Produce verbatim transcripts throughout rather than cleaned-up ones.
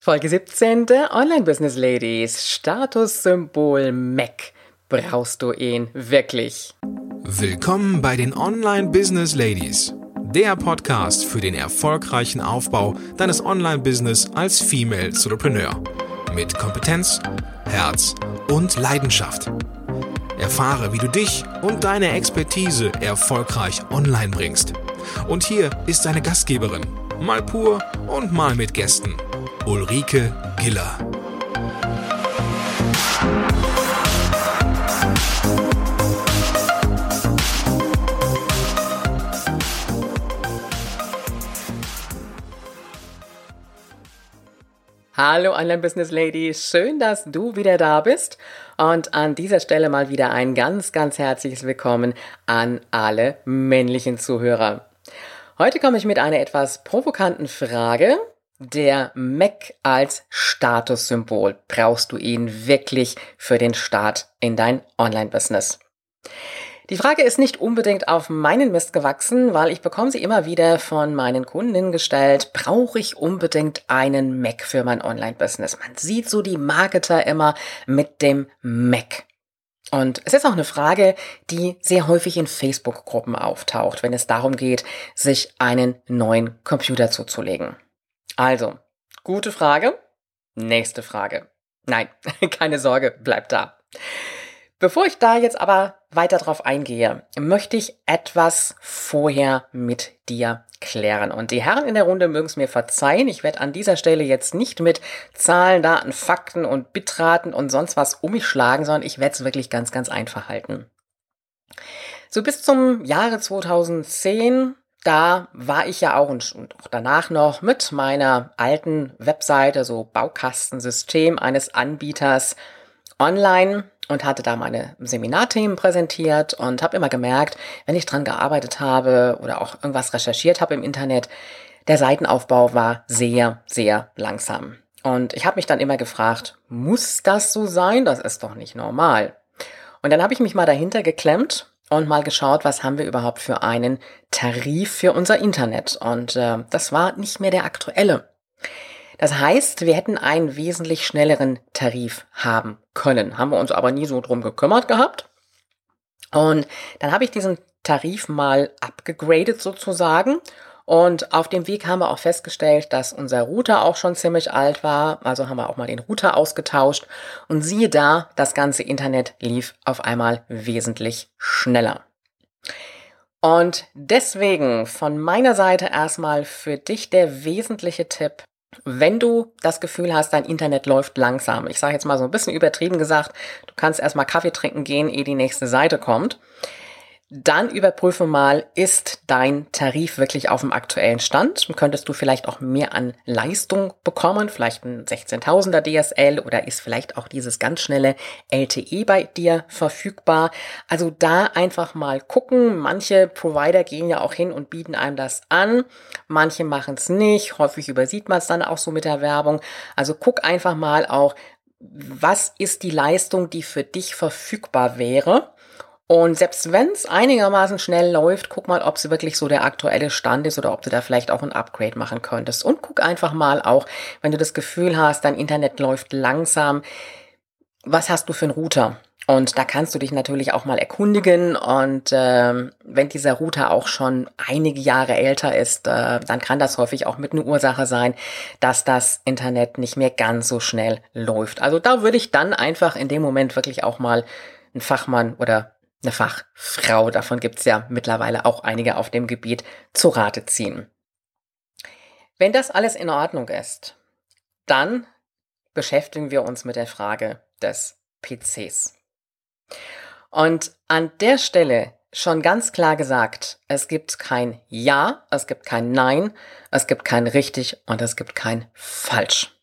Folge siebzehn der Online-Business Ladies. Statussymbol Mac. Brauchst du ihn wirklich? Willkommen bei den Online-Business Ladies. Der Podcast für den erfolgreichen Aufbau deines Online-Business als Female Entrepreneur. Mit Kompetenz, Herz und Leidenschaft. Erfahre, wie du dich und deine Expertise erfolgreich online bringst. Und hier ist deine Gastgeberin, mal pur und mal mit Gästen, Ulrike Giller. Hallo Online-Business Ladies, schön, dass du wieder da bist und an dieser Stelle mal wieder ein ganz, ganz herzliches Willkommen an alle männlichen Zuhörer. Heute komme ich mit einer etwas provokanten Frage. Der Mac als Statussymbol. Brauchst du ihn wirklich für den Start in dein Online-Business? Die Frage ist nicht unbedingt auf meinen Mist gewachsen, weil ich bekomme sie immer wieder von meinen Kundinnen gestellt. Brauche ich unbedingt einen Mac für mein Online-Business? Man sieht so die Marketer immer mit dem Mac. Und es ist auch eine Frage, die sehr häufig in Facebook-Gruppen auftaucht, wenn es darum geht, sich einen neuen Computer zuzulegen. Also, gute Frage. Nächste Frage. Nein, keine Sorge, bleibt da. Bevor ich da jetzt aber weiter drauf eingehe, möchte ich etwas vorher mit dir klären. Und die Herren in der Runde mögen es mir verzeihen. Ich werde an dieser Stelle jetzt nicht mit Zahlen, Daten, Fakten und Bitraten und sonst was um mich schlagen, sondern ich werde es wirklich ganz, ganz einfach halten. So bis zum Jahre zweitausendzehn, da war ich ja auch und auch danach noch mit meiner alten Webseite, so Baukastensystem eines Anbieters online und hatte da meine Seminarthemen präsentiert und habe immer gemerkt, wenn ich dran gearbeitet habe oder auch irgendwas recherchiert habe im Internet, der Seitenaufbau war sehr, sehr langsam. Und ich habe mich dann immer gefragt, muss das so sein? Das ist doch nicht normal. Und dann habe ich mich mal dahinter geklemmt und mal geschaut, was haben wir überhaupt für einen Tarif für unser Internet. Und äh, das war nicht mehr der aktuelle. Das heißt, wir hätten einen wesentlich schnelleren Tarif haben können. Haben wir uns aber nie so drum gekümmert gehabt. Und dann habe ich diesen Tarif mal abgegradet sozusagen. Und auf dem Weg haben wir auch festgestellt, dass unser Router auch schon ziemlich alt war. Also haben wir auch mal den Router ausgetauscht. Und siehe da, das ganze Internet lief auf einmal wesentlich schneller. Und deswegen von meiner Seite erstmal für dich der wesentliche Tipp. Wenn du das Gefühl hast, dein Internet läuft langsam, ich sage jetzt mal so ein bisschen übertrieben gesagt, du kannst erstmal Kaffee trinken gehen, ehe die nächste Seite kommt, dann überprüfe mal, ist dein Tarif wirklich auf dem aktuellen Stand? Könntest du vielleicht auch mehr an Leistung bekommen, vielleicht ein sechzehntausender D S L oder ist vielleicht auch dieses ganz schnelle L T E bei dir verfügbar? Also da einfach mal gucken. Manche Provider gehen ja auch hin und bieten einem das an. Manche machen es nicht. Häufig übersieht man es dann auch so mit der Werbung. Also guck einfach mal auch, was ist die Leistung, die für dich verfügbar wäre? Und selbst wenn es einigermaßen schnell läuft, guck mal, ob es wirklich so der aktuelle Stand ist oder ob du da vielleicht auch ein Upgrade machen könntest. Und guck einfach mal auch, wenn du das Gefühl hast, dein Internet läuft langsam, was hast du für einen Router? Und da kannst du dich natürlich auch mal erkundigen. Und ähm, wenn dieser Router auch schon einige Jahre älter ist, äh, dann kann das häufig auch mit einer Ursache sein, dass das Internet nicht mehr ganz so schnell läuft. Also da würde ich dann einfach in dem Moment wirklich auch mal einen Fachmann oder eine Fachfrau, davon gibt's ja mittlerweile auch einige auf dem Gebiet, zu Rate ziehen. Wenn das alles in Ordnung ist, dann beschäftigen wir uns mit der Frage des P Cs. Und an der Stelle schon ganz klar gesagt, es gibt kein Ja, es gibt kein Nein, es gibt kein Richtig und es gibt kein Falsch.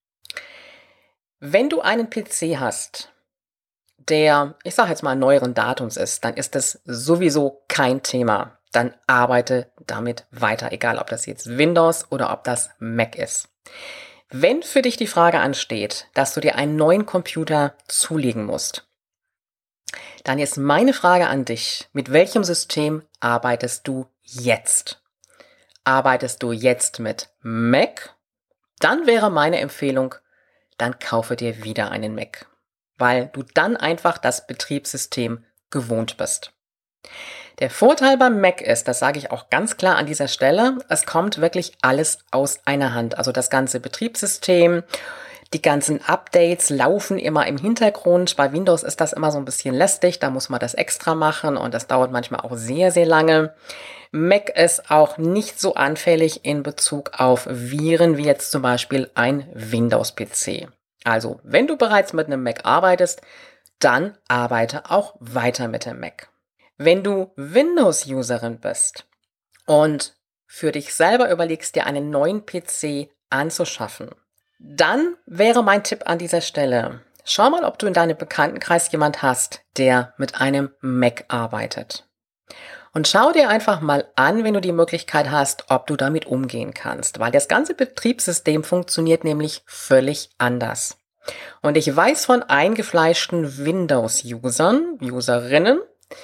Wenn du einen P C hast, der, ich sage jetzt mal, neueren Datums ist, dann ist das sowieso kein Thema. Dann arbeite damit weiter, egal ob das jetzt Windows oder ob das Mac ist. Wenn für dich die Frage ansteht, dass du dir einen neuen Computer zulegen musst, dann ist meine Frage an dich, mit welchem System arbeitest du jetzt? Arbeitest du jetzt mit Mac dann wäre meine Empfehlung, dann kaufe dir wieder einen Mac, weil du dann einfach das Betriebssystem gewohnt bist. Der Vorteil beim Mac ist, das sage ich auch ganz klar an dieser Stelle, es kommt wirklich alles aus einer Hand. Also das ganze Betriebssystem, die ganzen Updates laufen immer im Hintergrund. Bei Windows ist das immer so ein bisschen lästig, da muss man das extra machen und das dauert manchmal auch sehr, sehr lange. Mac ist auch nicht so anfällig in Bezug auf Viren wie jetzt zum Beispiel ein Windows-P C. Also, wenn du bereits mit einem Mac arbeitest, dann arbeite auch weiter mit dem Mac. Wenn du Windows-Userin bist und für dich selber überlegst, dir einen neuen P C anzuschaffen, dann wäre mein Tipp an dieser Stelle, schau mal, ob du in deinem Bekanntenkreis jemand hast, der mit einem Mac arbeitet. Und schau dir einfach mal an, wenn du die Möglichkeit hast, ob du damit umgehen kannst, weil das ganze Betriebssystem funktioniert nämlich völlig anders. Und ich weiß von eingefleischten Windows-Usern, Userinnen,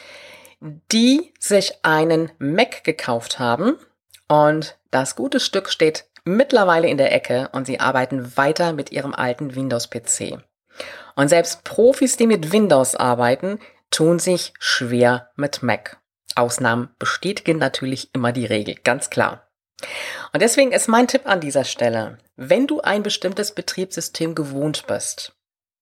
die sich einen Mac gekauft haben und das gute Stück steht mittlerweile in der Ecke und sie arbeiten weiter mit ihrem alten Windows-P C. Und selbst Profis, die mit Windows arbeiten, tun sich schwer mit Mac. Ausnahmen bestätigen natürlich immer die Regel, ganz klar. Und deswegen ist mein Tipp an dieser Stelle, wenn du ein bestimmtes Betriebssystem gewohnt bist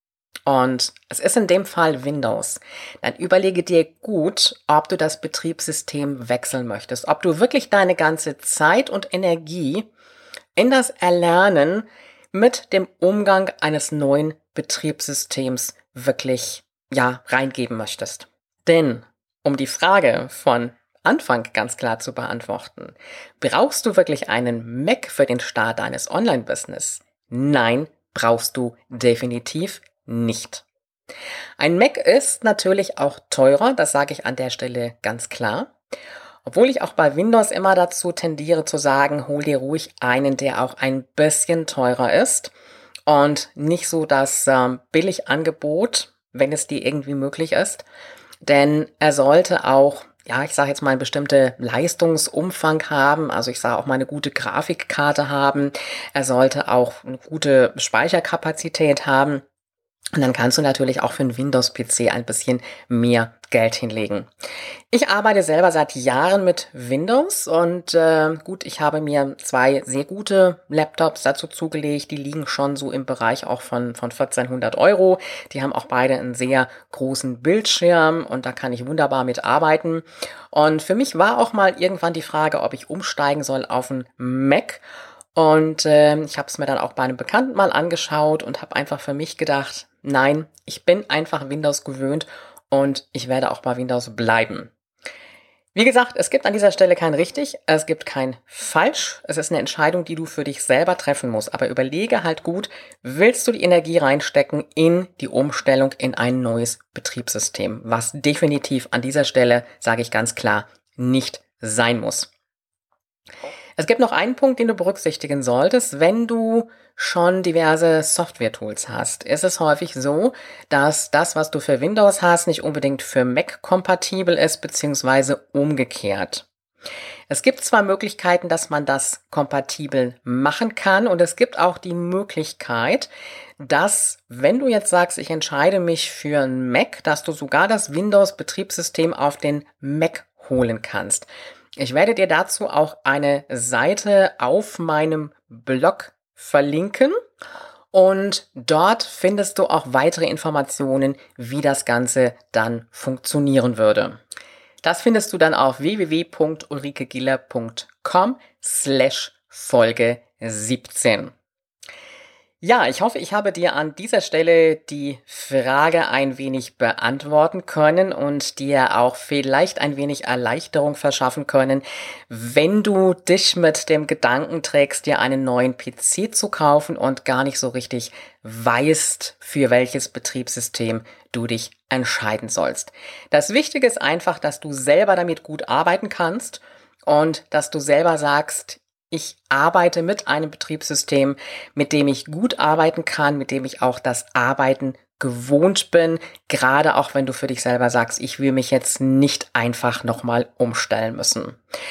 und es ist in dem Fall Windows, dann überlege dir gut, ob du das Betriebssystem wechseln möchtest, ob du wirklich deine ganze Zeit und Energie in das Erlernen mit dem Umgang eines neuen Betriebssystems wirklich, ja, reingeben möchtest. Denn um die Frage von Anfang ganz klar zu beantworten, brauchst du wirklich einen Mac für den Start deines Online-Business? Nein, brauchst du definitiv nicht. Ein Mac ist natürlich auch teurer, das sage ich an der Stelle ganz klar. Obwohl ich auch bei Windows immer dazu tendiere zu sagen, hol dir ruhig einen, der auch ein bisschen teurer ist und nicht so das ähm, Billigangebot, wenn es dir irgendwie möglich ist. Denn er sollte auch, ja, ich sage jetzt mal, einen bestimmten Leistungsumfang haben. Also ich sage auch mal eine gute Grafikkarte haben. Er sollte auch eine gute Speicherkapazität haben. Und dann kannst du natürlich auch für einen Windows-P C ein bisschen mehr Geld hinlegen. Ich arbeite selber seit Jahren mit Windows und äh, gut, ich habe mir zwei sehr gute Laptops dazu zugelegt. Die liegen schon so im Bereich auch von, von vierzehnhundert Euro. Die haben auch beide einen sehr großen Bildschirm und da kann ich wunderbar mit arbeiten. Und für mich war auch mal irgendwann die Frage, ob ich umsteigen soll auf einen Mac. Und äh, ich habe es mir dann auch bei einem Bekannten mal angeschaut und habe einfach für mich gedacht, nein, ich bin einfach Windows gewöhnt und ich werde auch bei Windows bleiben. Wie gesagt, es gibt an dieser Stelle kein richtig, es gibt kein falsch. Es ist eine Entscheidung, die du für dich selber treffen musst. Aber überlege halt gut, willst du die Energie reinstecken in die Umstellung in ein neues Betriebssystem, was definitiv an dieser Stelle, sage ich ganz klar, nicht sein muss. Es gibt noch einen Punkt, den du berücksichtigen solltest. Wenn du schon diverse Software-Tools hast, ist es häufig so, dass das, was du für Windows hast, nicht unbedingt für Mac kompatibel ist, beziehungsweise umgekehrt. Es gibt zwar Möglichkeiten, dass man das kompatibel machen kann und es gibt auch die Möglichkeit, dass, wenn du jetzt sagst, ich entscheide mich für ein Mac, dass du sogar das Windows-Betriebssystem auf den Mac holen kannst. Ich werde dir dazu auch eine Seite auf meinem Blog verlinken und dort findest du auch weitere Informationen, wie das Ganze dann funktionieren würde. Das findest du dann auf w w w punkt ulrikegiller punkt com slash Folge siebzehn. Ja, ich hoffe, ich habe dir an dieser Stelle die Frage ein wenig beantworten können und dir auch vielleicht ein wenig Erleichterung verschaffen können, wenn du dich mit dem Gedanken trägst, dir einen neuen P C zu kaufen und gar nicht so richtig weißt, für welches Betriebssystem du dich entscheiden sollst. Das Wichtige ist einfach, dass du selber damit gut arbeiten kannst und dass du selber sagst, ich arbeite mit einem Betriebssystem, mit dem ich gut arbeiten kann, mit dem ich auch das Arbeiten gewohnt bin, gerade auch wenn du für dich selber sagst, ich will mich jetzt nicht einfach nochmal umstellen müssen.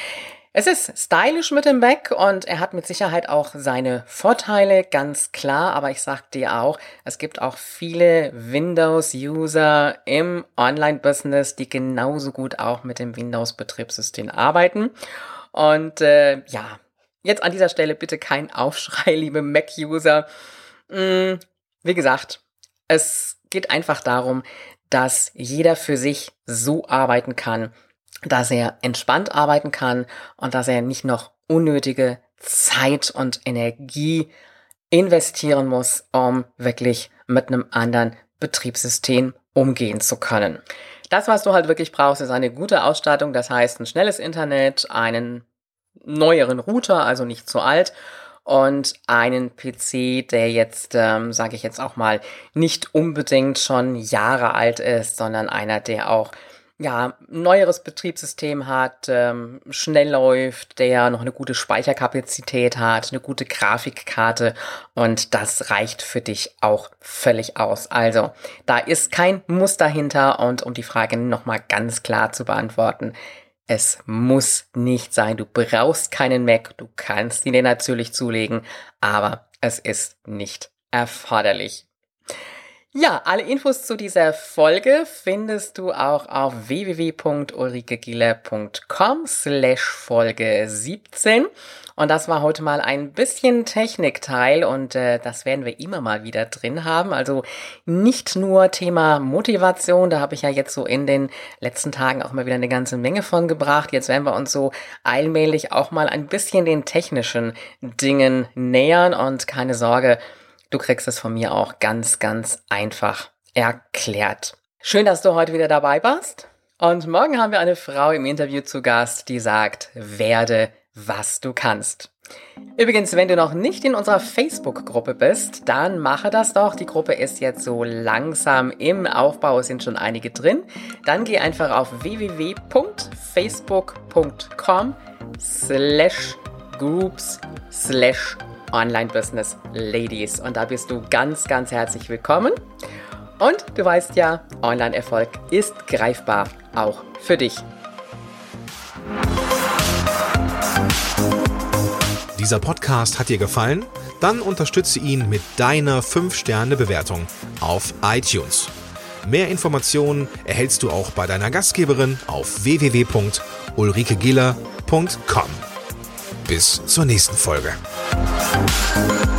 Es ist stylisch mit dem Mac und er hat mit Sicherheit auch seine Vorteile, ganz klar, aber ich sag dir auch, es gibt auch viele Windows-User im Online-Business, die genauso gut auch mit dem Windows-Betriebssystem arbeiten. Und äh, ja, jetzt an dieser Stelle bitte kein Aufschrei, liebe Mac-User. Hm, wie gesagt, es geht einfach darum, dass jeder für sich so arbeiten kann, dass er entspannt arbeiten kann und dass er nicht noch unnötige Zeit und Energie investieren muss, um wirklich mit einem anderen Betriebssystem umgehen zu können. Das, was du halt wirklich brauchst, ist eine gute Ausstattung, das heißt ein schnelles Internet, einen neueren Router, also nicht zu alt, und einen P C, der jetzt, ähm, sage ich jetzt auch mal, nicht unbedingt schon Jahre alt ist, sondern einer, der auch ja, neueres Betriebssystem hat, ähm, schnell läuft, der noch eine gute Speicherkapazität hat, eine gute Grafikkarte und das reicht für dich auch völlig aus. Also, da ist kein Muss dahinter und um die Frage nochmal ganz klar zu beantworten, es muss nicht sein, du brauchst keinen Mac, du kannst ihn dir natürlich zulegen, aber es ist nicht erforderlich. Ja, alle Infos zu dieser Folge findest du auch auf w w w punkt ulrikegiller punkt com slash Folge siebzehn. Und das war heute mal ein bisschen Technikteil und äh, das werden wir immer mal wieder drin haben. Also nicht nur Thema Motivation, da habe ich ja jetzt so in den letzten Tagen auch mal wieder eine ganze Menge von gebracht. Jetzt werden wir uns so allmählich auch mal ein bisschen den technischen Dingen nähern und keine Sorge, du kriegst es von mir auch ganz, ganz einfach erklärt. Schön, dass du heute wieder dabei warst. Und morgen haben wir eine Frau im Interview zu Gast, die sagt, werde, was du kannst. Übrigens, wenn du noch nicht in unserer Facebook-Gruppe bist, dann mache das doch. Die Gruppe ist jetzt so langsam im Aufbau, es sind schon einige drin. Dann geh einfach auf w w w punkt facebook punkt com slash groups slash Online Business Ladies und da bist du ganz, ganz herzlich willkommen und du weißt ja, Online-Erfolg ist greifbar, auch für dich. Dieser Podcast hat dir gefallen? Dann unterstütze ihn mit deiner fünf Sterne Bewertung auf iTunes. Mehr Informationen erhältst du auch bei deiner Gastgeberin auf w w w punkt ulrikegiller punkt com. Bis zur nächsten Folge.